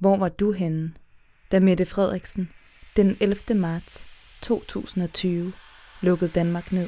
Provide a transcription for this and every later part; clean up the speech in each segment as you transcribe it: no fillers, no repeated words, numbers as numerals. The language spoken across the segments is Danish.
Hvor var du henne, da Mette Frederiksen den 11. marts 2020 lukkede Danmark ned?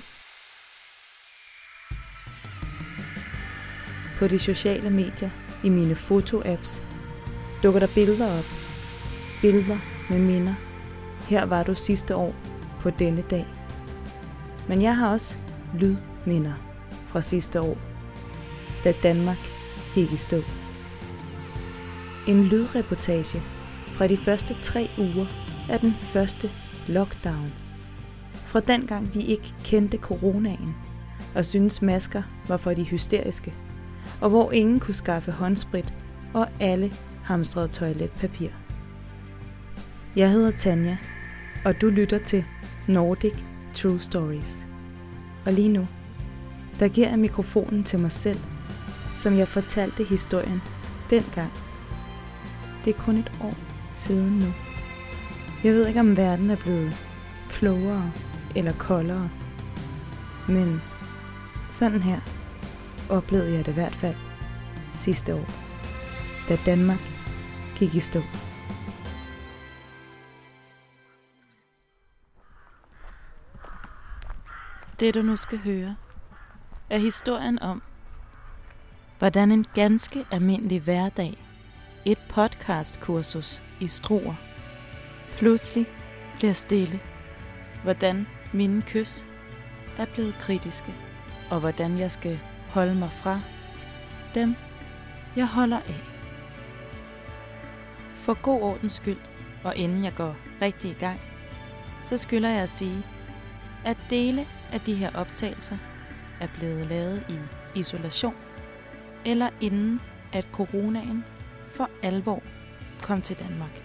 På de sociale medier, i mine fotoapps, dukker der billeder op. Billeder med minder. Her var du sidste år på denne dag. Men jeg har også lydminder fra sidste år, da Danmark gik i stå. En lydreportage fra de første 3 uger af den første lockdown. Fra dengang vi ikke kendte coronaen og syntes masker var for de hysteriske, og hvor ingen kunne skaffe håndsprit og alle hamstrede toiletpapir. Jeg hedder Tanja, og du lytter til Nordic True Stories. Og lige nu, der giver jeg mikrofonen til mig selv, som jeg fortalte historien dengang. Det er kun et år siden nu. Jeg ved ikke, om verden er blevet klogere eller koldere. Men sådan her oplevede jeg det i hvert fald sidste år, da Danmark gik i stå. Det du nu skal høre, er historien om, hvordan en ganske almindelig hverdag, et podcastkursus i Struer, pludselig bliver stille. Hvordan mine kys er blevet kritiske, og hvordan jeg skal holde mig fra dem, jeg holder af. For god ordens skyld, og inden jeg går rigtig i gang, så skylder jeg at sige, at dele af de her optagelser er blevet lavet i isolation, eller inden at coronaen for alvor kom til Danmark.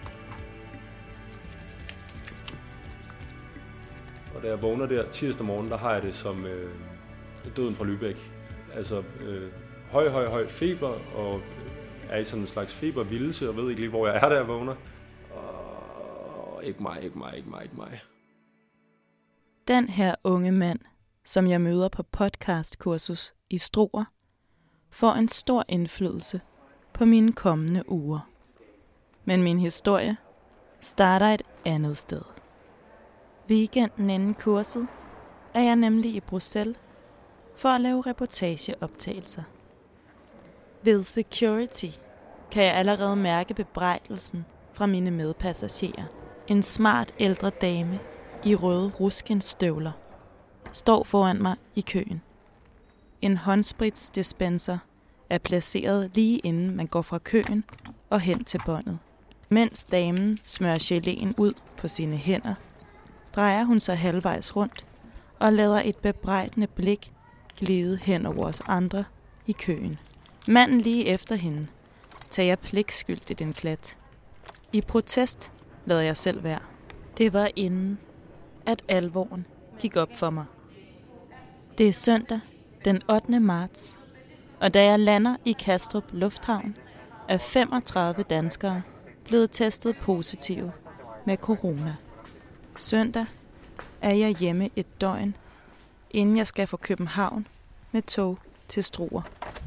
Og da jeg vågner der tirsdag morgen, der har jeg det som døden fra Lübeck. Altså høj feber, og er i sådan en slags febervildelse, og ved ikke lige, hvor jeg er, da jeg vågner. Og ikke mig. Den her unge mand, som jeg møder på podcastkursus i Struer, får en stor indflydelse på mine kommende uger. Men min historie starter et andet sted. Weekenden inden kurset er jeg nemlig i Bruxelles for at lave reportageoptagelser. Ved security kan jeg allerede mærke bebrejdelsen fra mine medpassagerer. En smart ældre dame i røde ruskenstøvler står foran mig i køen. En håndspritsdispenser er placeret lige inden man går fra køen og hen til båndet. Mens damen smører geléen ud på sine hænder, drejer hun sig halvvejs rundt og lader et bebrejdende blik glide hen over os andre i køen. Manden lige efter hende tager pligtskyldigt en klat. I protest lader jeg selv være. Det var inden, at alvoren gik op for mig. Det er søndag den 8. marts, og da jeg lander i Kastrup Lufthavn, er 35 danskere blevet testet positive med corona. Søndag er jeg hjemme et døgn, inden jeg skal fra København med tog til Struer.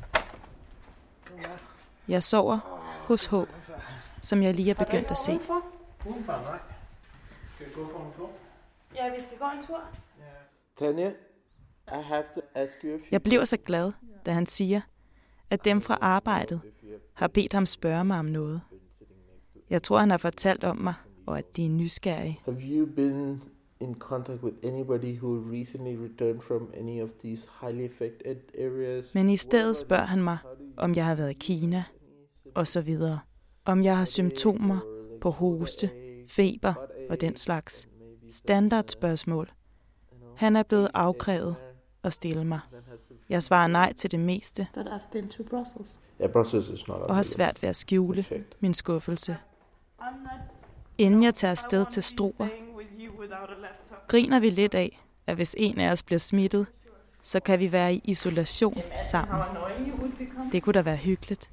Jeg sover hos H, som jeg lige er begyndt at se. Nej. Skal vi gå for en tur? Ja, vi skal gå en tur. Tanja, I have to ask you. Jeg bliver så glad, da han siger, at dem fra arbejdet har bedt ham spørge mig om noget. Jeg tror, han har fortalt om mig, og at de er nysgerrige. Have you been in contact with anybody who recently returned from any of these highly affected areas? Men i stedet spørger han mig, om jeg har været i Kina, og så videre. Om jeg har symptomer på hoste, feber og den slags. Standardspørgsmål. Han er blevet afkrævet at stille mig. Jeg svarer nej til det meste, But I've been to Brussels. Yeah, Brussels is not. og har svært ved at skjule min skuffelse. Inden jeg tager afsted til Struer, griner vi lidt af, at hvis en af os bliver smittet, så kan vi være i isolation sammen. Det kunne da være hyggeligt.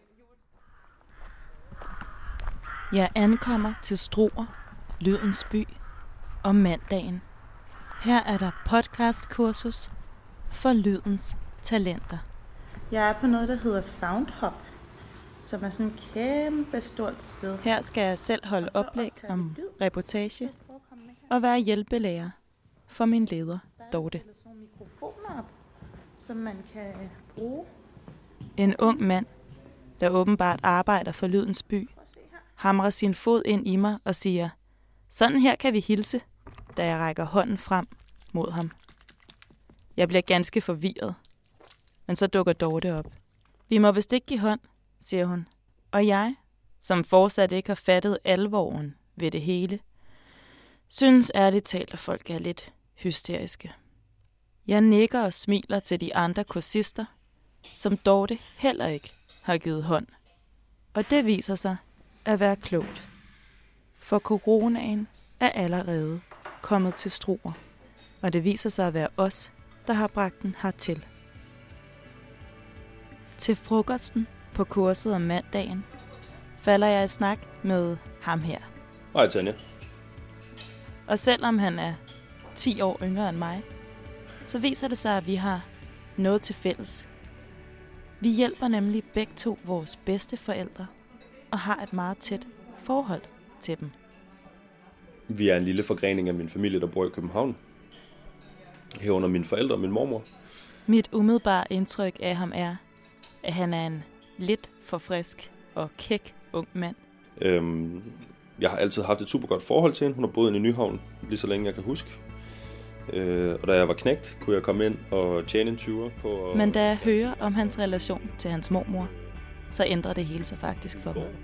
Jeg ankommer til Struer, Lydens by, om mandagen. Her er der podcastkursus for lydens talenter. Jeg er på noget, der hedder Soundhop. som er sådan et kæmpe stort sted. Her skal jeg selv holde oplæg om reportage og være hjælpelærer for min leder, Dorte. Der er sådan mikrofoner op, som man kan bruge. En ung mand, der åbenbart arbejder for Lydens By, hamrer sin fod ind i mig og siger, sådan her kan vi hilse, da jeg rækker hånden frem mod ham. Jeg bliver ganske forvirret, men så dukker Dorte op. Vi må vist ikke give hånd, siger hun. Og jeg, som fortsat ikke har fattet alvoren ved det hele, synes ærligt talt, at folk er lidt hysteriske. Jeg nikker og smiler til de andre kursister, som Dorte heller ikke har givet hånd. Og det viser sig at være klogt. For coronaen er allerede kommet til Struer, og det viser sig at være os, der har bragt den hertil. Til frokosten på kurset om mandagen falder jeg i snak med ham her. Hej Tanja. Og selvom han er 10 år yngre end mig, så viser det sig, at vi har noget til fælles. Vi hjælper nemlig begge to vores bedsteforældre og har et meget tæt forhold til dem. Vi er en lille forgrening af min familie, der bor i København. Herunder mine forældre og min mormor. Mit umiddelbare indtryk af ham er, at han er en lidt for frisk og kæk ung mand. Jeg har altid haft et super godt forhold til hende. Hun har boet i Nyhavn lige så længe jeg kan huske. Og da jeg var knægt, kunne jeg komme ind og tjene en 20'er på... Men da jeg hører om hans relation til hans mormor, så ændrer det hele sig faktisk for mig.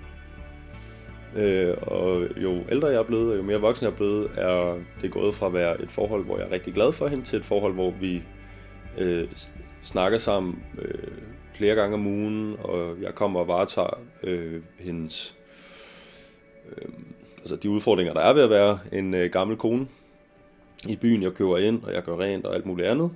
Og jo ældre jeg er blevet, og jo mere voksen jeg er blevet, er det gået fra at være et forhold, hvor jeg er rigtig glad for hende, til et forhold, hvor vi snakker sammen flere gange om ugen, og jeg kommer og varetager hendes... altså de udfordringer, der er ved at være en gammel kone i byen. Jeg køber ind, og jeg gør rent og alt muligt andet.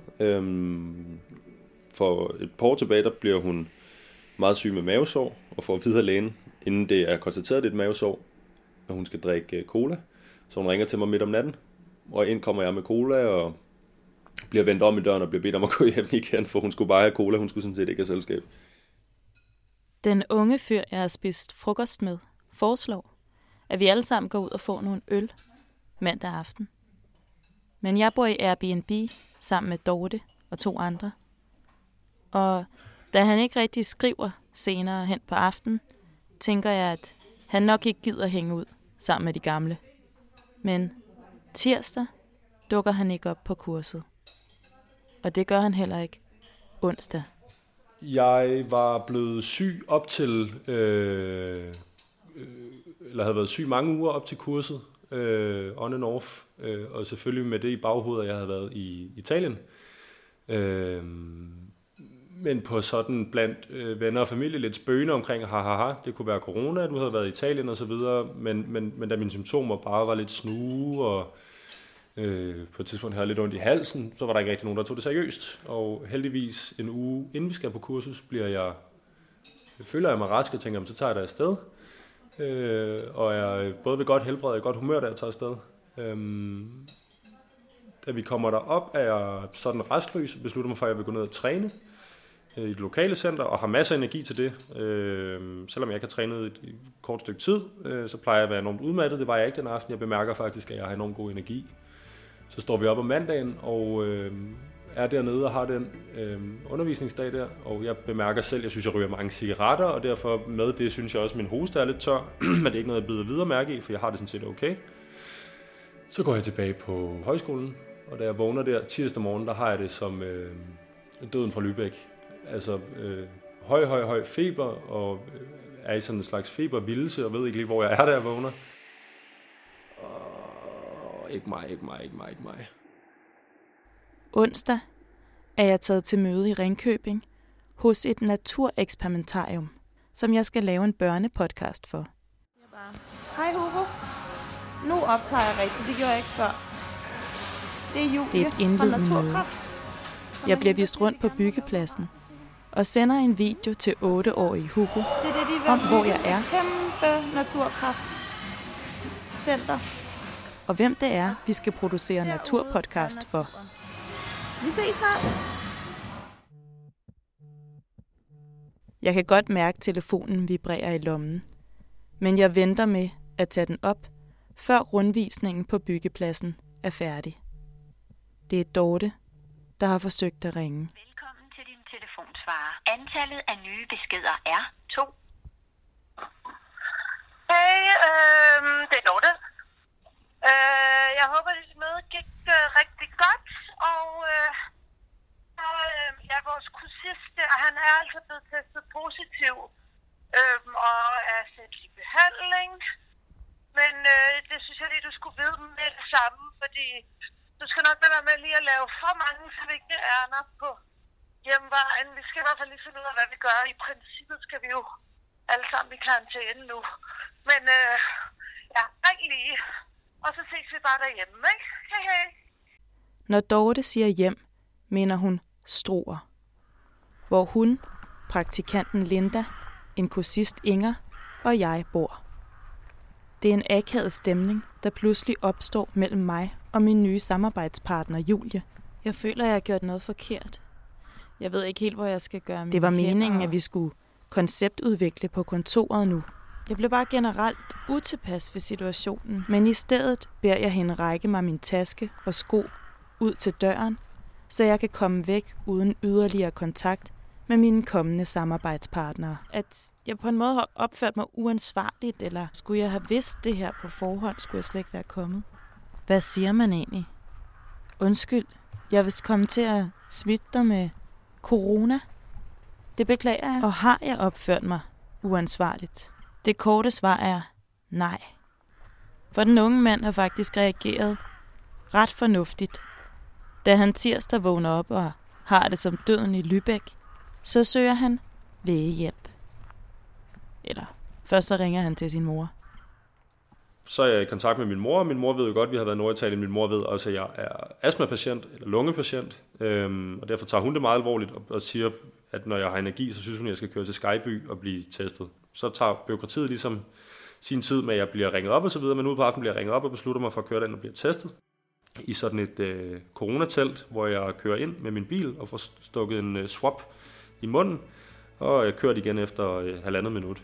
For et par år tilbage, der bliver hun meget syg med mavesår, og får videre lægen, inden det er konstateret, det er et mavesår, og hun skal drikke cola. Så hun ringer til mig midt om natten, og ind kommer jeg med cola, og bliver vendt om i døren og bliver bedt om at gå hjem igen, for hun skulle bare have cola, hun skulle sådan set ikke have selskab. Den unge fyr, jeg har spist frokost med, foreslår, at vi alle sammen går ud og får nogle øl mandag aften. Men jeg bor i Airbnb sammen med Dorte og 2 andre. Og da han ikke rigtig skriver senere hen på aftenen, tænker jeg, at han nok ikke gider hænge ud sammen med de gamle. Men tirsdag dukker han ikke op på kurset. Og det gør han heller ikke onsdag. Jeg var blevet syg op til... eller havde været syg mange uger op til kurset, on and off, og selvfølgelig med det i baghovedet, at jeg havde været i Italien. Men på sådan blandt venner og familie lidt spøgende omkring, det kunne være corona, du havde været i Italien og så videre, men da mine symptomer bare var lidt snue, og på et tidspunkt havde jeg lidt ondt i halsen, så var der ikke rigtig nogen, der tog det seriøst. Og heldigvis en uge inden vi skal på kursus, føler jeg mig rask og tænker, så tager jeg der afsted. Og jeg er både ved godt helbred og godt humør, da jeg tager afsted. Da vi kommer derop, er jeg sådan restløs og beslutter mig for, at jeg vil gå ned og træne i det lokale center, og har masser af energi til det. Selvom jeg ikke har trænet et kort stykke tid, så plejer jeg at være enormt udmattet. Det var jeg ikke den aften. Jeg bemærker faktisk, at jeg har enormt god energi. Så står vi op om mandagen, og er dernede og har den undervisningsdag der, og jeg bemærker selv, jeg synes, jeg ryger mange cigaretter, og derfor med det synes jeg også, at min hoste er lidt tør, men det er ikke noget, jeg bider videre mærke i, for jeg har det sådan set okay. Så går jeg tilbage på højskolen, og da jeg vågner der tirsdag morgen, der har jeg det som døden fra Lübeck. Altså høj feber, og er i sådan en slags febervildelse, og ved ikke lige, hvor jeg er, da jeg vågner. Ikke mig. Onsdag er jeg taget til møde i Ringkøbing hos et natureksperimentarium, som jeg skal lave en børnepodcast for. Hej Hugo. Nu optager jeg rigtigt, det gjorde jeg ikke før. Det er Julie. Det er et indledende møde. Jeg bliver vist rundt på byggepladsen og sender en video til 8-årige Hugo om, hvor jeg er. Kæmpe naturkraftcenter. Og hvem det er, vi skal producere naturpodcast for. Vi ses snart. Jeg kan godt mærke, at telefonen vibrerer i lommen. Men jeg venter med at tage den op, før rundvisningen på byggepladsen er færdig. Det er Dorte, der har forsøgt at ringe. Velkommen til din telefonsvarer. Antallet af nye beskeder er 2. Hey, det er Dorte. Jeg håber, at dit møde gik rigtig godt, og vores kursist, han er altså blevet testet positiv, og er sendt i behandling. Men det synes jeg lige, du skulle vide med det samme, fordi du skal nok være med lige at lave for mange svingende ærner på hjemvejen. Vi skal i hvert fald lige finde ud af, hvad vi gør. I princippet skal vi jo alle sammen i karantæne nu. Men ring lige. Og så ses vi bare derhjemme, ikke? Hej, hej. Når Dorte siger hjem, mener hun Struer, hvor hun, praktikanten Linda, en kursist Inger og jeg bor. Det er en akavet stemning, der pludselig opstår mellem mig og min nye samarbejdspartner Julie. Jeg føler, jeg har gjort noget forkert. Jeg ved ikke helt, hvor jeg skal gøre. Det var meningen, at vi skulle konceptudvikle på kontoret nu. Jeg blev bare generelt utilpas ved situationen, men i stedet beder jeg hende række mig min taske og sko ud til døren, så jeg kan komme væk uden yderligere kontakt med mine kommende samarbejdspartnere. At jeg på en måde har opført mig uansvarligt, eller skulle jeg have vidst det her på forhånd, skulle jeg slet ikke være kommet. Hvad siger man egentlig? Undskyld, jeg vil komme til at smitte dig med corona. Det beklager jeg. Og har jeg opført mig uansvarligt? Det korte svar er nej. For den unge mand har faktisk reageret ret fornuftigt. Da han tirsdag vågner op og har det som døden i Lübeck, så søger han lægehjælp. Eller først så ringer han til sin mor. Så er jeg i kontakt med min mor, og min mor ved jo godt, at vi har været i Norditalien. Min mor ved også, at jeg er astmapatient eller lungepatient, og derfor tager hun det meget alvorligt og siger, at når jeg har energi, så synes hun, at jeg skal køre til Skyby og blive testet. Så tager bureaukratiet ligesom sin tid med, at jeg bliver ringet op og så videre, men ude på aftenen bliver jeg ringet op og beslutter mig for at køre den og bliver testet i sådan et coronatelt, hvor jeg kører ind med min bil og får stukket en swab i munden, og jeg kører igen efter 1,5 minut.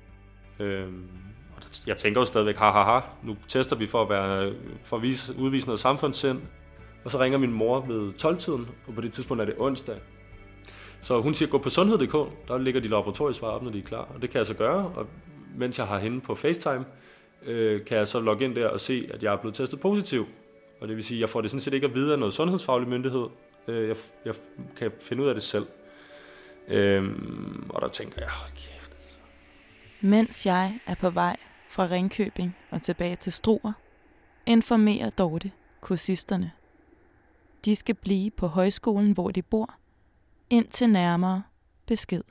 Jeg tænker jo stadigvæk, nu tester vi for at udvise noget samfundssind, og så ringer min mor ved 12-tiden, og på det tidspunkt er det onsdag. Så hun siger, gå på sundhed.dk, der ligger de laboratoriesvar op, når de er klar, og det kan jeg så gøre, og mens jeg har hende på FaceTime, kan jeg så logge ind der og se, at jeg er blevet testet positiv. Og det vil sige, at jeg får det sådan set ikke at vide af noget sundhedsfaglig myndighed. Jeg kan finde ud af det selv. Og der tænker jeg, hold kæft. Altså. Mens jeg er på vej fra Ringkøbing og tilbage til Struer, informerer Dorte kursisterne. De skal blive på højskolen, hvor de bor, indtil nærmere besked.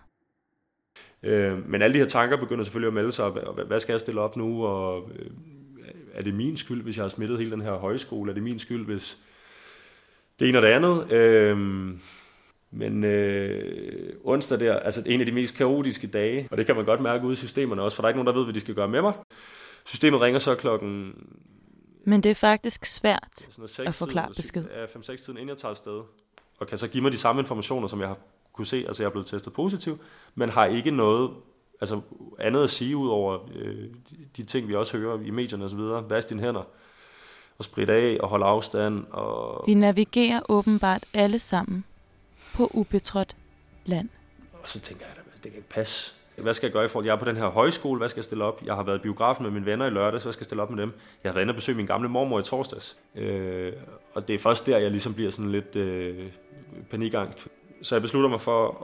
Men alle de her tanker begynder selvfølgelig at melde sig. Hvad skal jeg stille op nu? Og er det min skyld, hvis jeg har smittet hele den her højskole? Er det min skyld, hvis det ene og det andet? Men onsdag der, altså en af de mest kaotiske dage, og det kan man godt mærke ude i systemerne også, for der er ikke nogen, der ved, hvad de skal gøre med mig. Systemet ringer så klokken... Men det er faktisk svært at forklare besked. 5-6 tiden, inden jeg tager afsted, og kan så give mig de samme informationer, som jeg har kunne se. Altså jeg er blevet testet positiv, men har ikke noget andet at sige ud over de ting, vi også hører i medierne og så videre. Vask dine hænder og sprit af og hold afstand. Og... Vi navigerer åbenbart alle sammen på ubetrådt land. Og så tænker jeg, det kan ikke passe. Hvad skal jeg gøre i forhold? Jeg er på den her højskole, hvad skal jeg stille op? Jeg har været i biografen med mine venner i lørdags, hvad skal jeg stille op med dem? Jeg har været inde og besøge min gamle mormor i torsdags. Og det er først der, jeg ligesom bliver sådan lidt panikangst. Så jeg beslutter mig for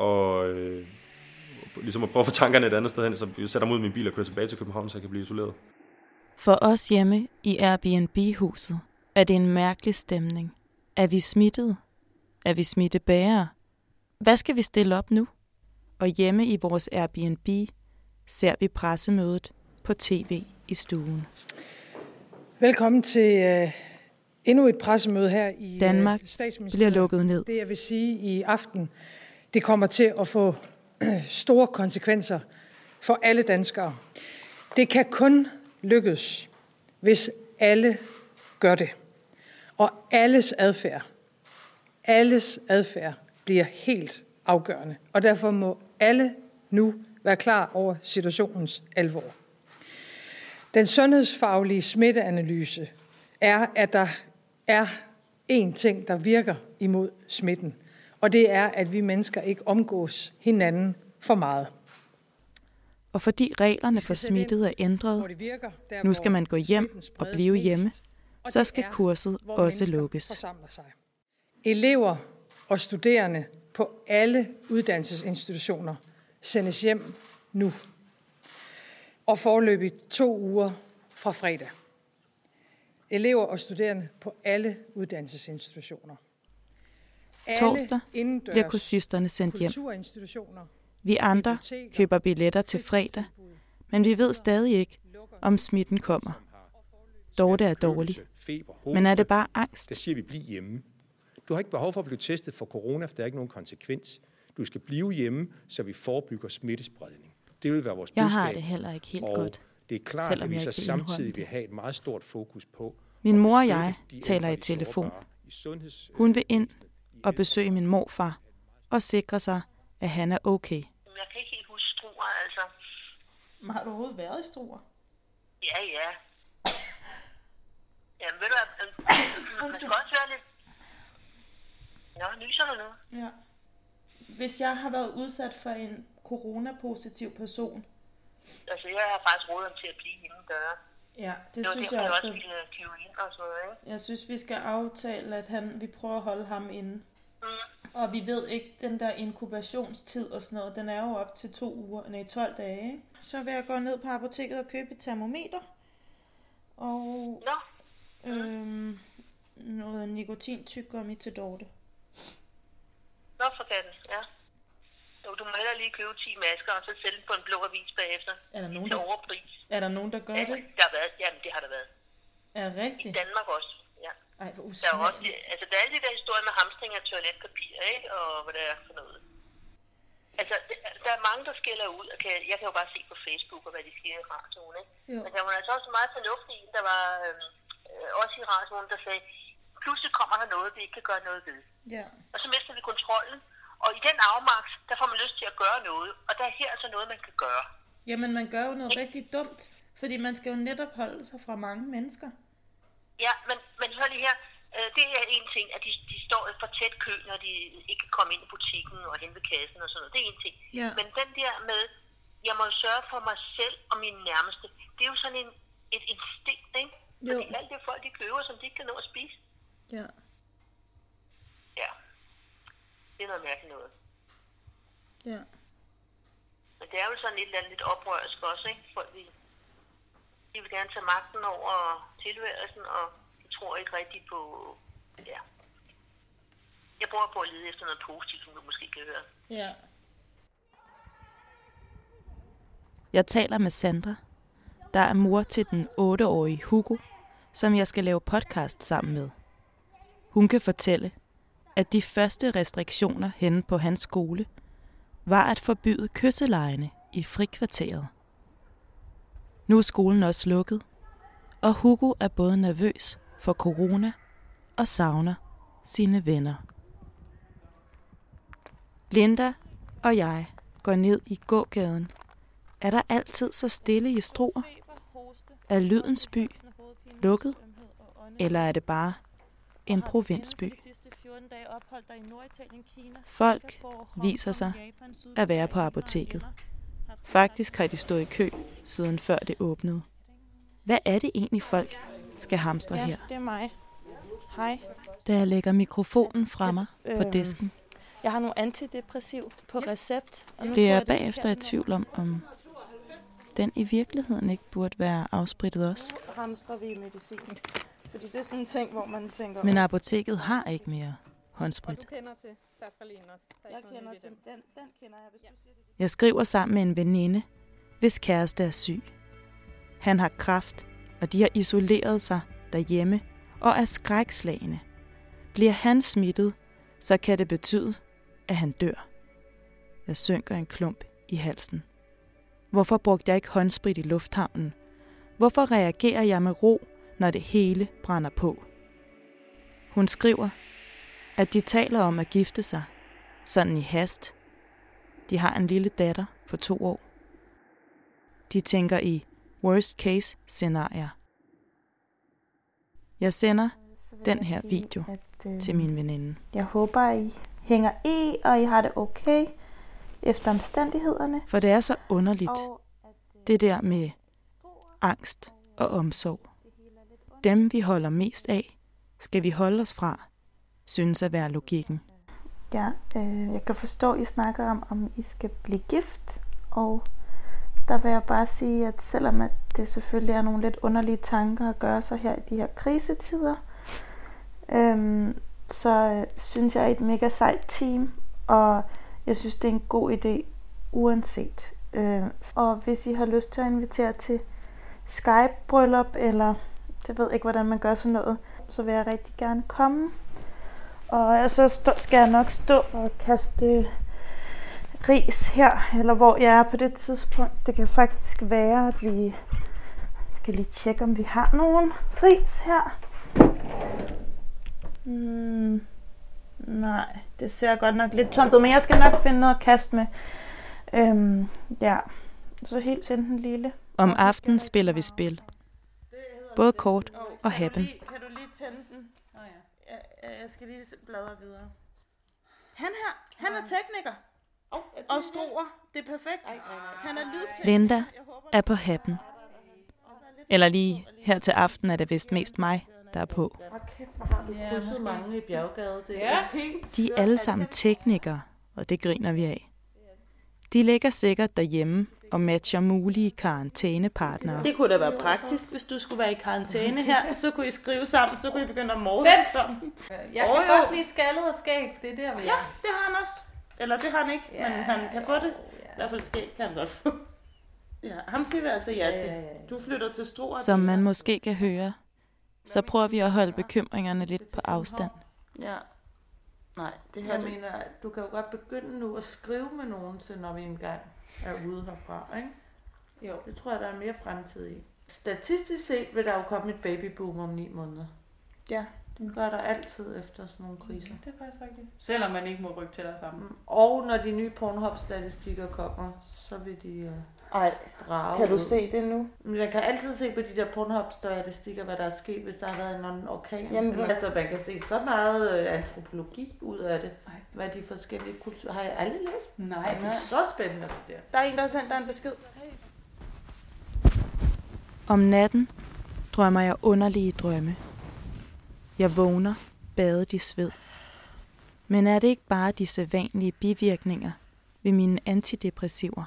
at prøve at få tankerne et andet sted hen, så jeg sætter mig ud i min bil og kører tilbage til København, så jeg kan blive isoleret. For os hjemme i Airbnb-huset er det en mærkelig stemning. Er vi smittet? Er vi smittebærere? Hvad skal vi stille op nu? Og hjemme i vores Airbnb ser vi pressemødet på tv i stuen. Velkommen til endnu et pressemøde her i Danmark Statsministeriet. Bliver lukket ned. Det jeg vil sige i aften, det kommer til at få store konsekvenser for alle danskere. Det kan kun lykkes, hvis alle gør det. Og alles adfærd bliver helt afgørende. Og derfor må alle nu være klar over situationens alvor. Den sundhedsfaglige smitteanalyse er, at der er én ting, der virker imod smitten, og det er, at vi mennesker ikke omgås hinanden for meget. Og fordi reglerne for smittet er ændret, nu skal man gå hjem og blive hjemme, så skal kurset også lukkes. Elever og studerende på alle uddannelsesinstitutioner sendes hjem nu. Og foreløbig 2 uger fra fredag. Elever og studerende på alle uddannelsesinstitutioner. Torsdag bliver kursisterne sendt hjem. Vi andre køber billetter til fredag, men vi ved stadig ikke, om smitten kommer. Dorte er dårlig. Men er det bare angst? Der siger vi, bliv hjemme. Du har ikke behov for at blive testet for corona, for der er ikke nogen konsekvens. Du skal blive hjemme, så vi forebygger smittespredning. Det vil være vores budskab. Jeg har det heller ikke helt godt. Det er klart, at vi så samtidig vil have et meget stort fokus på. Min mor og jeg taler i telefon. Hun vil ind og besøge min morfar og sikre sig, at han er okay. Jeg kan ikke helt huske Struer, altså. Men har du overhovedet været i Struer? Ja. Jamen ved du hvad, man skal også være lidt... Nå, nyser du nu? Ja. Hvis jeg har været udsat for en coronapositiv person... Altså, jeg har faktisk rådet til at blive indendøre. Ja, det synes jeg også. Jeg synes, vi skal aftale, at vi prøver at holde ham inde. Og vi ved ikke, den der inkubationstid og sådan noget, den er jo op til 12 dage. Ikke? Så vil jeg gå ned på apoteket og købe et termometer. Og noget nikotintyggegummi til Dorte. Nå, for katten, ja. Jo, du må hellere lige købe 10 masker, og så sælge på en blå avis bagefter. Til overpris. Er der nogen, der gør det? Jamen, det har der været. Er det rigtigt? I Danmark også, ja. Ej, hvor der er også, altså, der er alle de der historier med hamstring af toiletpapir, ikke? Og hvad det er for noget. Altså, der er mange, der skælder ud. Jeg kan jo bare se på Facebook, og hvad de siger i radioen, ikke? Jo. Men der var altså også meget fornuftigt. Der var også i radioen, der sagde, pludselig kommer der noget, vi ikke kan gøre noget ved. Ja. Og så mister vi kontrollen. Og i den afmagt, der får man lyst til at gøre noget. Og der er her altså noget, man kan gøre. Jamen, man gør jo noget rigtig dumt. Fordi man skal jo netop holde sig fra mange mennesker. Ja, men hør lige her. Det er en ting, at de står i for tæt kø, når de ikke kan komme ind i butikken og hente kassen og sådan noget. Det er en ting. Ja. Men den der med, jeg må sørge for mig selv og mine nærmeste, det er jo sådan et instinkt, ikke? Jo. Fordi alt det folk, de køber, som de ikke kan nå at spise. Ja. Ja. Det er noget mærkeligt noget. Ja. Men det er jo sådan et eller andet lidt oprørsk også, ikke? Folk, de vil gerne tage magten over tilværelsen, og de tror ikke rigtigt på, ja. Jeg prøver på at lede efter noget positivt, som du måske kan høre. Ja. Jeg taler med Sandra, der er mor til den 8-årige Hugo, som jeg skal lave podcast sammen med. Hun kan fortælle, at de første restriktioner henne på hans skole var at forbyde kysselejene i frikvarteret. Nu er skolen også lukket, og Hugo er både nervøs for corona og savner sine venner. Linda og jeg går ned i gågaden. Er der altid så stille i Struer? Er Lydens by lukket? Eller er det bare en provinsby? Folk viser sig at være på apoteket. Faktisk har de stået i kø siden før det åbnede. Hvad er det egentlig folk skal hamstre her? Ja, det er mig. Hej. Da jeg lægger mikrofonen fra mig på disken. Jeg har nogle antidepressiv på recept. Og det er bagefter i tvivl om den i virkeligheden ikke burde være afsprittet også. Hamstrer vi medicin. Fordi det er sådan en ting, hvor man tænker... Men apoteket har ikke mere håndsprit. Og du kender til Sertralin også? Jeg kender til den kender jeg, hvis du siger det. Jeg skriver sammen med en veninde, hvis kæreste er syg. Han har kræft, og de har isoleret sig derhjemme og er skrækslagne. Bliver han smittet, så kan det betyde, at han dør. Jeg synker en klump i halsen. Hvorfor brugte jeg ikke håndsprit i lufthavnen? Hvorfor reagerer jeg med ro, når det hele brænder på? Hun skriver, at de taler om at gifte sig, sådan i hast. De har en lille datter på 2 år. De tænker i worst case scenarier. Jeg sender den her video til min veninde. Jeg håber, I hænger i, og I har det okay efter omstændighederne. For det er så underligt, det der med angst og omsorg. Dem, vi holder mest af, skal vi holde os fra, synes at være logikken. Ja, jeg kan forstå, at I snakker om I skal blive gift, og der vil jeg bare sige, at selvom at det selvfølgelig er nogle lidt underlige tanker at gøre sig her i de her krisetider, så synes jeg, I er et mega sejt team, og jeg synes, det er en god idé, uanset. Og hvis I har lyst til at invitere til Skype-bryllup, eller jeg ved ikke, hvordan man gør sådan noget, så vil jeg rigtig gerne komme. Og så skal jeg nok stå og kaste ris her, eller hvor jeg er på det tidspunkt. Det kan faktisk være, at vi skal lige tjekke, om vi har nogen ris her. Nej, det ser godt nok lidt tomt ud, men jeg skal nok finde noget at kaste med. Ja, så helt enten lille. Om aftenen spiller vi spil. Både kort og happen. Kan du lige tænde den? Jeg skal lige bladre videre. Han her, han er tekniker. Og Struer. Det er perfekt. Han er lydtekniker. Linda er på happen. Eller lige her til aften er det vist mest mig, der er på. Kæft, hvor har du krydset mange i Bjerggade. Det er helt De er alle sammen teknikere, og det griner vi af. De ligger sikkert derhjemme og matcher mulige karantænepartnere. Det kunne da være praktisk, hvis du skulle være i karantæne her. Så kunne I skrive sammen, så kunne I begynde at morse sammen. Jeg kan godt lide skaldet og skæg, det er der, vi Ja, det har han også. Eller det har han ikke, men han kan få det. I hvert fald skæg kan han godt få. Ja, ham siger vi altså ja til. Du flytter til Struer. Som man måske kan høre, så prøver vi at holde bekymringerne lidt på afstand. Ja. Nej, det her... Jeg mener, du kan jo godt begynde nu at skrive med nogen til, når vi engang er ude herfra, ikke? Jo. Det tror jeg, der er mere fremtid i. Statistisk set vil der jo komme et babyboom om 9 måneder. Ja. Det gør der altid efter sådan nogle kriser. Det er faktisk rigtigt. Selvom man ikke må rykke til dig sammen. Og når de nye Pornhub-statistikker kommer, så vil de drage kan du ud. Se det nu? Jeg kan altid se på de der Pornhub-statistikker, hvad der er sket, hvis der har været en orkan. Jamen, altså, man kan se så meget antropologi ud af det. Hvad de forskellige kulturer... Har jeg aldrig læst? Nej. Det er så spændende. Der. Der er en, der har sendt dig en besked. Om natten drømmer jeg underlige drømme. Jeg vågner badet i sved. Men er det ikke bare de sædvanlige bivirkninger ved mine antidepressiver?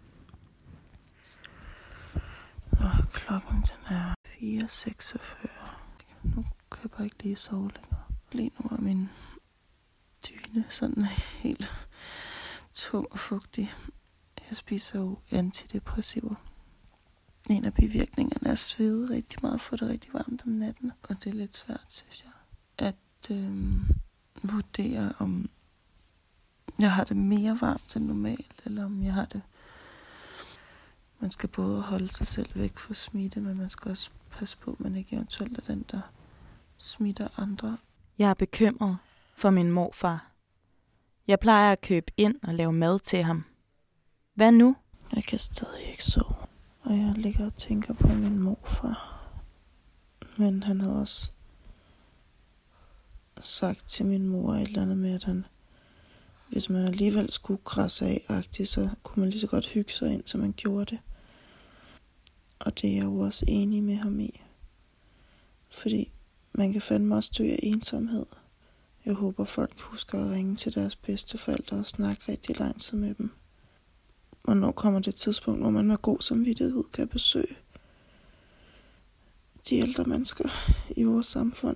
Klokken den er 4:46. Nu kan jeg bare ikke lige sove længere. Lige nu er min dyne sådan helt tung og fugtig. Jeg spiser jo antidepressiver. En af bivirkningerne er at svede rigtig meget, få det rigtig varmt om natten. Og det er lidt svært, synes jeg, at vurdere, om jeg har det mere varmt end normalt, eller om jeg har det... Man skal både holde sig selv væk fra smitte, men man skal også passe på, at man ikke eventuelt er den, der smitter andre. Jeg er bekymret for min morfar. Jeg plejer at købe ind og lave mad til ham. Hvad nu? Jeg kan stadig ikke sove, og jeg ligger og tænker på min morfar. Men han havde også sagt til min mor et eller andet med, at han, hvis man alligevel skulle krasse af-agtigt, så kunne man lige så godt hygge sig ind, så man gjorde det. Og det er jeg jo også enig med ham i. Fordi man kan fandme også dø af ensomhed. Jeg håber, folk husker at ringe til deres bedsteforældre og snakke rigtig lang tid med dem. Hvornår kommer det tidspunkt, hvor man med god samvittighed kan besøge de ældre mennesker i vores samfund?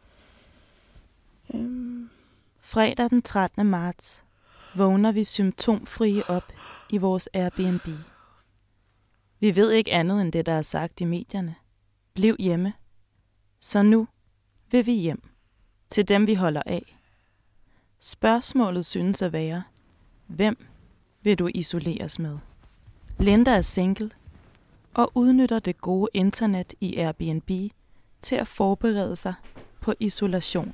Fredag den 13. marts vågner vi symptomfrie op i vores Airbnb. Vi ved ikke andet end det, der er sagt i medierne. Bliv hjemme. Så nu vil vi hjem. Til dem, vi holder af. Spørgsmålet synes at være, hvem vil du isoleres med? Linda er single og udnytter det gode internet i Airbnb til at forberede sig på isolation.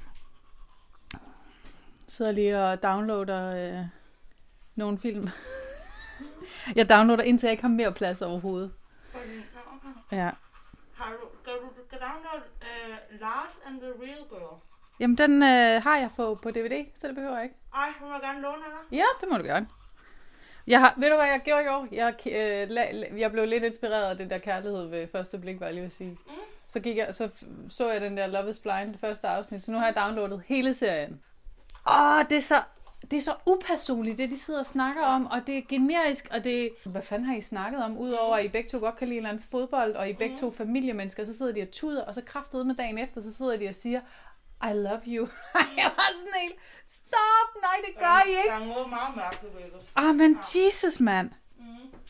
Sidder lige og downloader nogle film. Jeg downloader, indtil jeg ikke har mere plads overhovedet. Ja. Skal du downloade Lars and the Real Girl? Jamen, den har jeg på DVD, så det behøver jeg ikke. Ej, hun må gerne låne dig. Ja, det må du gerne. Ved du, hvad jeg gjorde i år? Jeg blev lidt inspireret af det der kærlighed ved første blik, var jeg lige ved at sige. Så jeg den der Love is Blind, det første afsnit, så nu har jeg downloadet hele serien. Det er så upersonligt, det de sidder og snakker om, og det er generisk, og det... Hvad fanden har I snakket om? Udover at I begge to godt kan lide en eller anden fodbold, og I begge to familiemennesker, så sidder de og tuder, og så kraftedeme dagen efter, så sidder de og siger, I love you. Jeg var sådan helt, stop, nej, det gør I ikke. Der er noget meget mærkeligt ved det. Men Jesus, mand. Det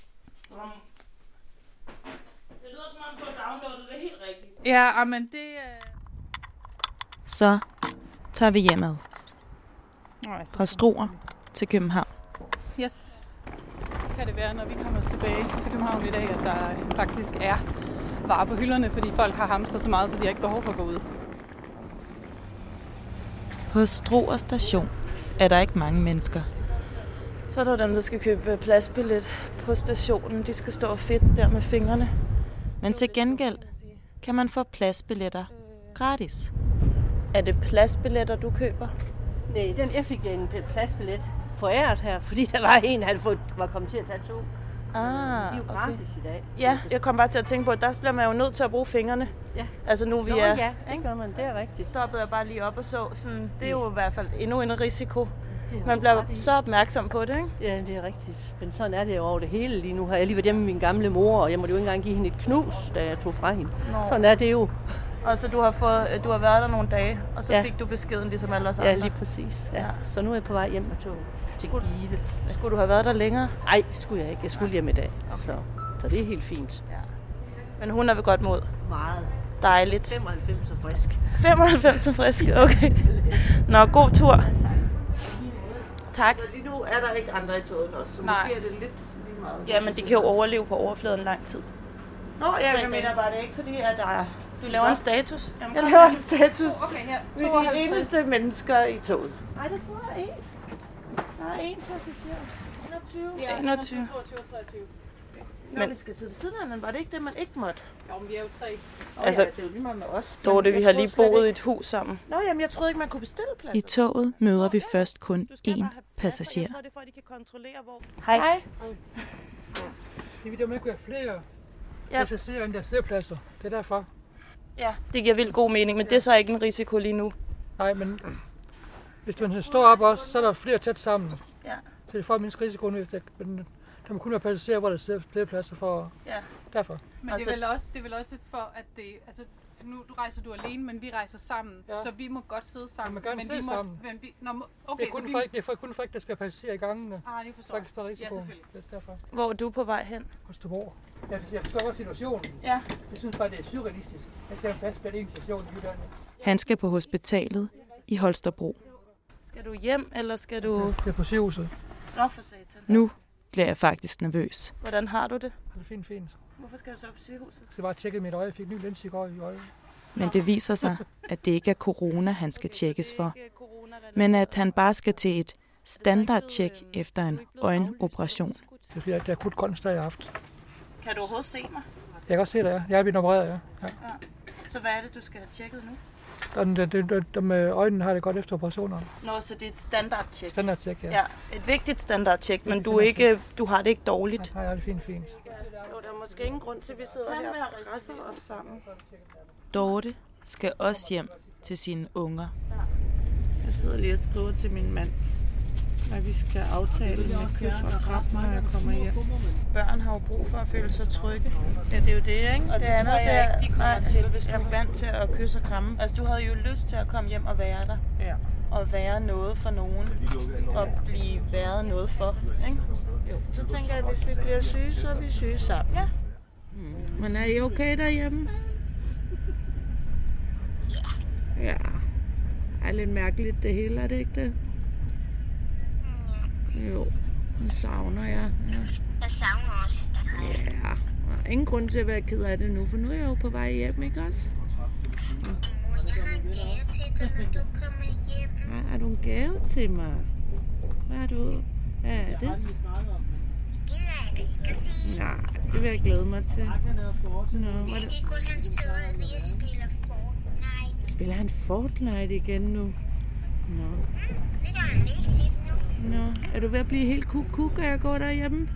lyder som om, du har downloadet det helt rigtigt. Ja, men det... Så tager vi hjemad. Fra Struer til København. Yes. Kan det være, når vi kommer tilbage til København i dag, at der faktisk er varer på hylderne, fordi folk har hamstret så meget, så de har ikke behov for at gå ud. På Struer station er der ikke mange mennesker. Så er der dem, der skal købe pladsbillet på stationen. De skal stå fedt der med fingrene. Men til gengæld kan man få pladsbilletter gratis. Er det pladsbilletter, du køber? Nej, jeg fik en pladsbillet foræret her, fordi der var en, der var kommet til at tage to. De er jo gratis i dag. Ja, jeg kom bare til at tænke på, at der bliver man jo nødt til at bruge fingrene. Ja. Altså nu vi er... Ja, det gør man, det er rigtigt. Stoppede jeg bare lige op og så, sådan, det er jo i hvert fald endnu en risiko. Man bliver så opmærksom på det, ikke? Ja, det er rigtigt. Men sådan er det jo over det hele lige nu. Har jeg lige været hjemme med min gamle mor, og jeg måtte jo ikke engang give hende et knus, da jeg tog fra hende. Sådan er det jo. Og så du har været der nogle dage, og så fik du beskeden ligesom alle os andre. Ja, lige præcis. Ja. Så nu er jeg på vej hjem med toget. Skulle du have været der længere? Nej, skulle jeg ikke. Jeg skulle hjem i dag. Okay. Så det er helt fint. Ja. Men hun er ved godt mod? Meget. Dejligt. 95 og frisk. 95 og frisk, okay. Nå, god tur. Tak. Lige nu er der ikke andre i toget også, så måske er det lidt lige meget. Ja, men de kan jo overleve på overfladen lang tid. Nå, jeg mener bare, det er ikke fordi, at der er... Du laver en status? Jeg laver en status. Okay, her. Vi er de eneste mennesker i toget. Nej, der sidder en. Der er en passager. 21. Ja, 21. 22 og 23. Men vi skal sidde ved siden af den. Var det ikke det, man ikke måtte? Jo, men vi er jo 3. Altså, ja, det er jo lige meget med os. Dorte, vi har lige boet i et hus sammen. Nå, jamen, jeg troede ikke, man kunne bestille pladser. I toget møder vi først kun én passager. Jeg tror, det er for, at de kan kontrollere, hvor... Hej. Det vil jo ikke være flere passagerer, end der siddepladser. Det er derfor. Ja, det giver vildt god mening, men det er så ikke en risiko lige nu. Nej, men hvis man står op også, så er der flere tæt sammen. Ja. Så det får mindst risiko, men der må kun være passagerer, hvor der sidder flere pladser for. Ja. Derfor. Men det er vel også for, at det... Altså, nu rejser du alene, men vi rejser sammen, så vi må godt sidde sammen. Ja, man kan sidde sammen. Men vi, okay, det er kun for ikke, der skal passagerer i gangene. Det forstår jeg. Ja, selvfølgelig. Hvor er du på vej hen? Holstebro. Jeg forstår godt situationen. Ja. Jeg synes bare, det er surrealistisk. Jeg skal have plads på en station i Jylland. Han skal på hospitalet i Holstebro. Skal du hjem, eller skal du... Jeg er på sygehuset. Nå, for satan. Nu bliver jeg faktisk nervøs. Hvordan har du det? Det er fint. Hvorfor skal du så på sygehuset? Jeg skal bare tjekke mit øje. Jeg fik ny linse i går i øjet. Men det viser sig, at det ikke er corona, han skal tjekkes for. Men at han bare skal til et standardtjek efter en øjenoperation. Det er akut grøn steg i aften. Kan du overhovedet se mig? Jeg kan godt se dig, ja. Jeg er blevet opereret, ja. Så hvad er det, du skal have tjekket nu? De med øjnene har det godt efter operationer. Nå, så det er et standardtjek? Standardtjek, ja. Ja, et vigtigt standardtjek, men du har det ikke dårligt? Nej, det er fint. Jo, der er måske ingen grund til, at vi sidder her og presser os sammen. Dorte skal også hjem til sine unger. Jeg sidder lige og skriver til min mand, hvad vi skal aftale med kys og kram, når jeg kommer hjem. Børn har jo brug for at føle sig trygge. Ja, det er jo det, ikke? Og det tror jeg ikke, de kommer til, hvis du er vant til at kysse og kramme. Altså, du havde jo lyst til at komme hjem og være der. Ja. Og være noget for nogen. Og blive været noget for, ikke? Jo, så tænker jeg, at hvis vi bliver syge, så er vi syge sammen. Ja. Men er I okay derhjemme? Ja. Det er lidt mærkeligt det hele, er det ikke det? Jo, det savner jeg. Ja. Jeg savner også dig. Ja, og ingen grund til at være ked af det nu, for nu er jeg jo på vej hjem, ikke også? Jeg har en gave til dig, når du kommer hjem. Hvad har du en gave til mig? Hvad er det? Jeg giver Nej, det vil jeg glæde mig til. Sigurd, han står ved at spille Fortnite. Spiller han Fortnite igen nu? Nå. Det gør han ikke tit nu. Nå, er du ved at blive helt kuk, og jeg går derhjemme?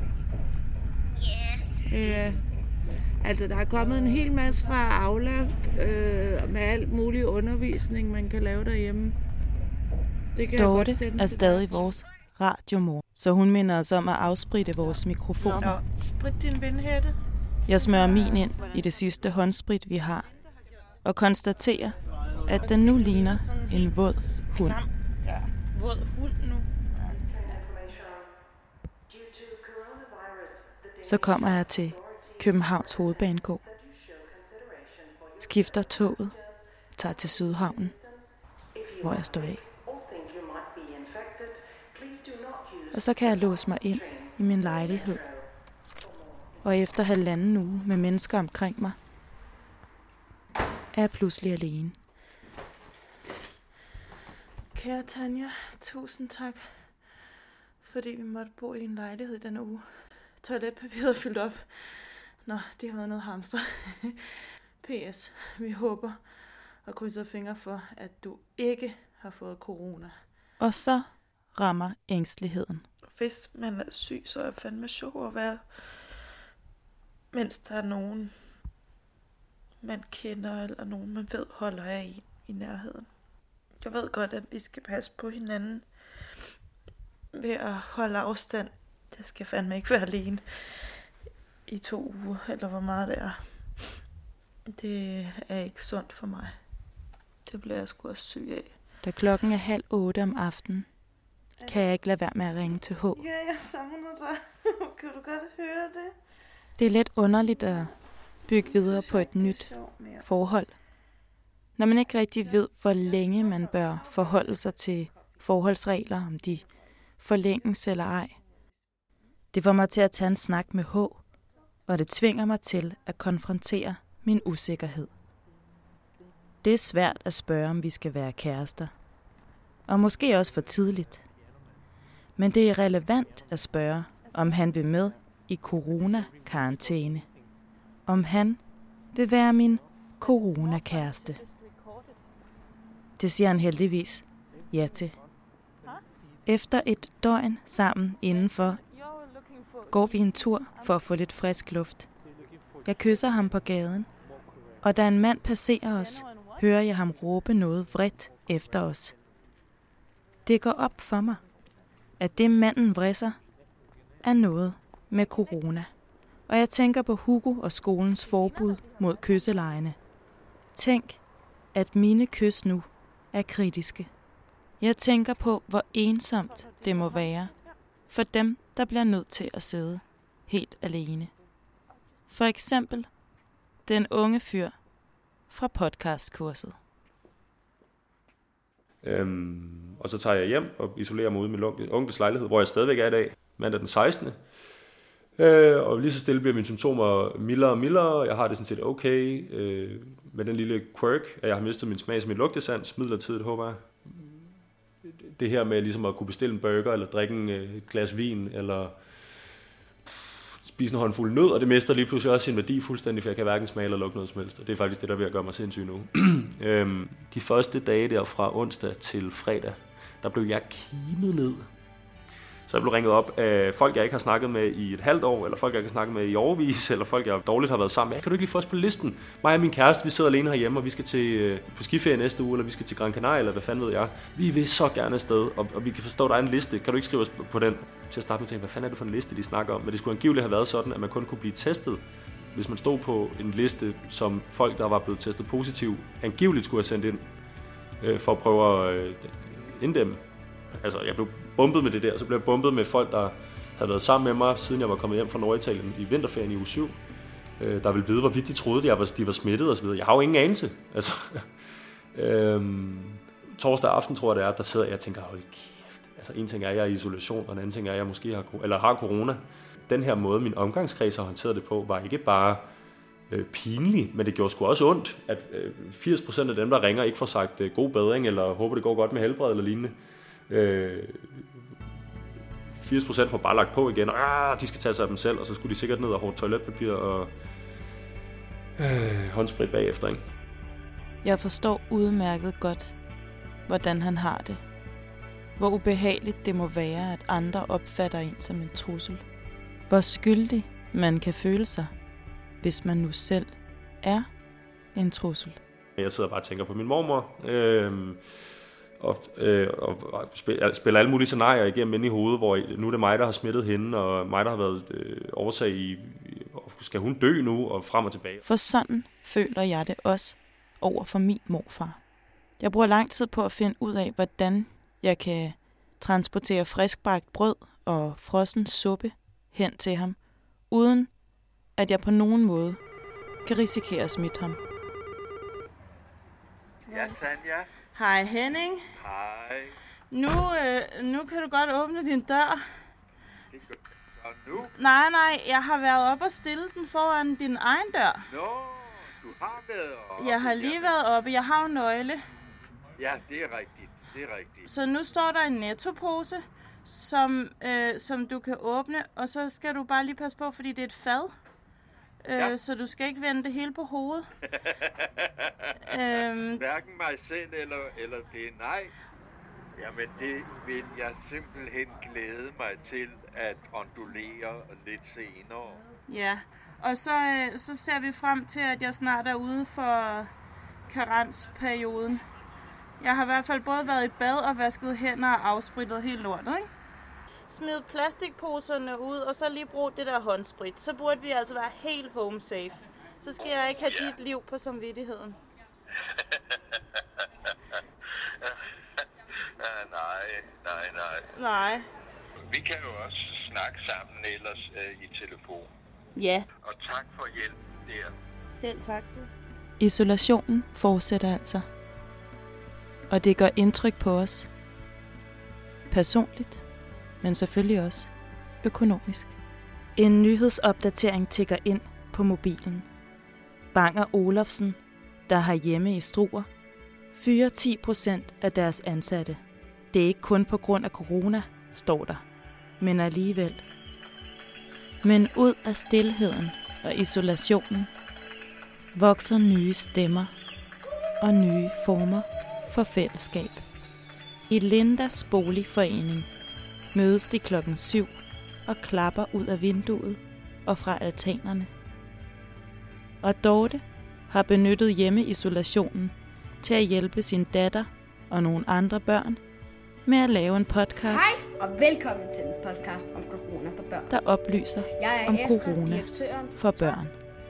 Ja. Altså, der er kommet en hel masse fra Aula med alt mulig undervisning, man kan lave derhjemme. Dorte er stadig vores radiomor, så hun minder os om at afspritte vores mikrofoner. Sprit din vindhætte. Jeg smører min ind i det sidste håndsprit, vi har, og konstaterer, at den nu ligner en våd hund. Ja, våd hund nu. Så kommer jeg til Københavns Hovedbanegård, skifter toget og tager til Sydhavnen, hvor jeg står af. Og så kan jeg låse mig ind i min lejlighed. Og efter 1,5 uge med mennesker omkring mig, er jeg pludselig alene. Kære Tanja, tusind tak, fordi vi måtte bo i din lejlighed denne uge. Toiletpapiret er fyldt op. Nå, det har været noget hamster. PS, vi håber og krydser fingre for, at du ikke har fået corona. Og så rammer ængsteligheden. Hvis man er syg, så er det fandme sjov at være, mens der er nogen, man kender, eller nogen, man ved holder af i nærheden. Jeg ved godt, at vi skal passe på hinanden ved at holde afstand. Jeg skal fandme ikke være alene i 2 uger, eller hvor meget det er. Det er ikke sundt for mig. Det bliver jeg sgu også syg af. Da klokken er 7:30 om aftenen, kan jeg ikke lade være med at ringe til H. Ja, jeg savner dig. Kan du godt høre det? Det er lidt underligt at bygge videre på et nyt forhold, når man ikke rigtig ved, hvor længe man bør forholde sig til forholdsregler, om de forlænges eller ej. Det får mig til at tage en snak med H, og det tvinger mig til at konfrontere min usikkerhed. Det er svært at spørge, om vi skal være kærester, og måske også for tidligt. Men det er relevant at spørge, om han vil med i corona-karantæne. Om han vil være min coronakæreste. Det siger han heldigvis ja til. Efter et døgn sammen indenfor, går vi en tur for at få lidt frisk luft. Jeg kysser ham på gaden, og da en mand passerer os, hører jeg ham råbe noget vredt efter os. Det går op for mig, at det manden vrisser, er noget med corona. Og jeg tænker på Hugo og skolens forbud mod kysselejene. Tænk, at mine kys nu er kritiske. Jeg tænker på, hvor ensomt det må være for dem, der bliver nødt til at sidde helt alene. For eksempel den unge fyr fra podcastkurset. Og så tager jeg hjem og isolerer mig ude i min onkels lejlighed, hvor jeg stadigvæk er i dag, mandag den 16. Og lige så stille bliver mine symptomer mildere og mildere. Jeg har det sådan set okay med den lille quirk, at jeg har mistet min smags og min lugtesans midlertidigt, håber jeg. Det her med ligesom at kunne bestille en burger, eller drikke et glas vin, eller spise en håndfuld nød, og det mister lige pludselig også sin værdi fuldstændig, for jeg kan hverken smage eller lugte noget som helst. Og det er faktisk det, der er ved at gøre mig sindssyg nu. De første dage der fra onsdag til fredag, der blev jeg kimet ned. Så jeg blev ringet op af folk, jeg ikke har snakket med i et halvt år, eller folk, jeg ikke har snakket med i årevis, eller folk, jeg dårligt har været sammen med. Kan du ikke lige få os på listen? Mig og min kæreste, vi sidder alene herhjemme, og vi skal på skiferie næste uge, eller vi skal til Gran Canaria, eller hvad fanden ved jeg. Vi vil så gerne afsted, og vi kan forstå, at der er en liste. Kan du ikke skrive os på den? Til at starte med at tænke, hvad fanden er det for en liste, de snakker om? Men det skulle angiveligt have været sådan, at man kun kunne blive testet, hvis man stod på en liste, som folk, der var blevet testet positiv, angiveligt skulle have sendt ind, for at prøve at inddæmme. Altså, jeg blev bumpet med det der, så blev jeg bumpet med folk, der havde været sammen med mig, siden jeg var kommet hjem fra Norditalien i vinterferien i uge 7. Der ville vide, hvorvidt de troede, at de var smittet og så videre. Jeg har jo ingen anelse. Altså, torsdag aften, tror jeg det er, der sidder jeg og tænker, hold kæft. Altså, en ting er, at jeg er i isolation, og en anden ting er, at jeg måske har corona. Den her måde, min omgangskreds har håndteret det på, var ikke bare pinlig, men det gjorde sgu også ondt, at 80% af dem, der ringer, ikke får sagt god bedring, eller håber, det går godt med helbred eller lignende. 80% får bare lagt på igen, og de skal tage sig af dem selv, og så skulle de sikkert ned og hårdt toiletpapir og håndsprit bagefter, ikke? Jeg forstår udmærket godt, hvordan han har det. Hvor ubehageligt det må være, at andre opfatter en som en trussel. Hvor skyldig man kan føle sig, hvis man nu selv er en trussel. Jeg sidder bare og tænker på min mormor, og spiller alle mulige scenarier igennem inde i hovedet, hvor nu er det mig, der har smittet hende, og mig, der har været årsag i, skal hun dø nu, og frem og tilbage. For sådan føler jeg det også over for min morfar. Jeg bruger lang tid på at finde ud af, hvordan jeg kan transportere friskbagt brød og frossen suppe hen til ham, uden at jeg på nogen måde kan risikere at smitte ham. Ja, Tanja. Hej Henning. Hej. Nu kan du godt åbne din dør. Det kan du nu? Nej, jeg har været op og stille den foran din egen dør. Nå, du har været oppe. Jeg har lige været oppe. Jeg har jo nøgle. Ja, det er rigtigt. Så nu står der en Netto-pose, som du kan åbne, og så skal du bare lige passe på, fordi det er et fad. Ja. Så du skal ikke vende det hele på hovedet. Hverken mig selv eller det, nej. Jamen det vil jeg simpelthen glæde mig til at ondulere lidt senere. Ja, og så ser vi frem til, at jeg snart er ude for karensperioden. Jeg har i hvert fald både været i bad og vasket hænder og afsprittet helt lortet, ikke? Smid plastikposerne ud, og så lige brug det der håndsprit. Så burde vi altså være helt home safe. Så skal jeg ikke have dit liv på samvittigheden. Nej. Vi kan jo også snakke sammen ellers i telefon. Ja. Og tak for hjælp der. Selv tak. Isolationen fortsætter altså. Og det gør indtryk på os. Personligt, men selvfølgelig også økonomisk. En nyhedsopdatering tikker ind på mobilen. Banger Olofsen, der har hjemme i Struer, fyrer 10% af deres ansatte. Det er ikke kun på grund af corona, står der, men alligevel. Men ud af stilheden og isolationen vokser nye stemmer og nye former for fællesskab. I Lindas boligforening mødes de 7:00 og klapper ud af vinduet og fra altanerne. Og Dorte har benyttet hjemmeisolationen til at hjælpe sin datter og nogle andre børn med at lave en podcast. Hej og velkommen til en podcast om corona for børn. Der oplyser om corona for børn.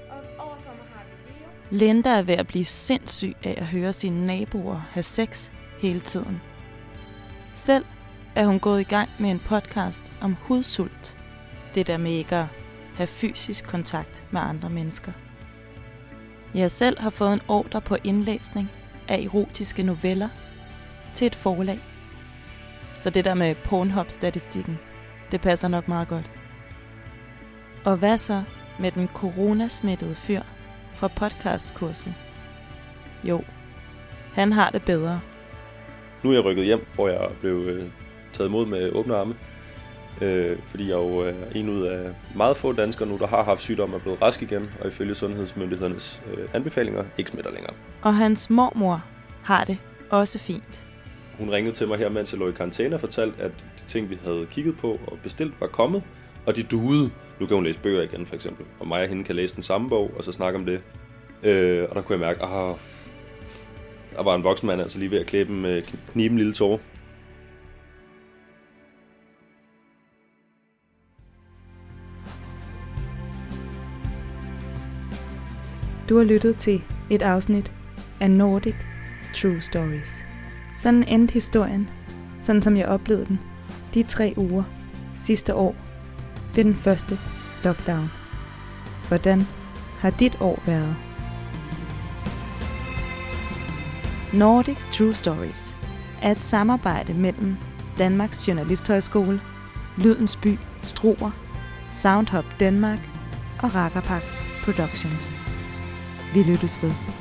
Linda er ved at blive sindssyg af at høre sine naboer have sex hele tiden. Selv er hun gået i gang med en podcast om hudsult. Det der med ikke at have fysisk kontakt med andre mennesker. Jeg selv har fået en ordre på indlæsning af erotiske noveller til et forlag. Så det der med Pornhub-statistikken, det passer nok meget godt. Og hvad så med den coronasmittede fyr fra podcastkurset? Jo, han har det bedre. Nu er jeg rykket hjem, hvor jeg blev taget imod med åbne arme. Fordi jeg jo er en ud af meget få danskere nu, der har haft sygdom, er blevet rask igen, og ifølge sundhedsmyndighedernes anbefalinger ikke smitter længere. Og hans mormor har det også fint. Hun ringede til mig her, mens jeg lå i karantæne og fortalte, at de ting, vi havde kigget på og bestilt, var kommet, og de duede. Nu kan hun læse bøger igen, for eksempel. Og mig og hende kan læse den samme bog, og så snakke om det. Og der kunne jeg mærke, der var en voksen mand altså lige ved at knibe en lille tåre. Du har lyttet til et afsnit af Nordic True Stories. Sådan endte historien, sådan som jeg oplevede den, de 3 uger sidste år ved den første lockdown. Hvordan har dit år været? Nordic True Stories er et samarbejde mellem Danmarks Journalisthøjskole, Lydens By, Struer, Soundhop Danmark og Rakkerpak Productions. Vi lyttes ved.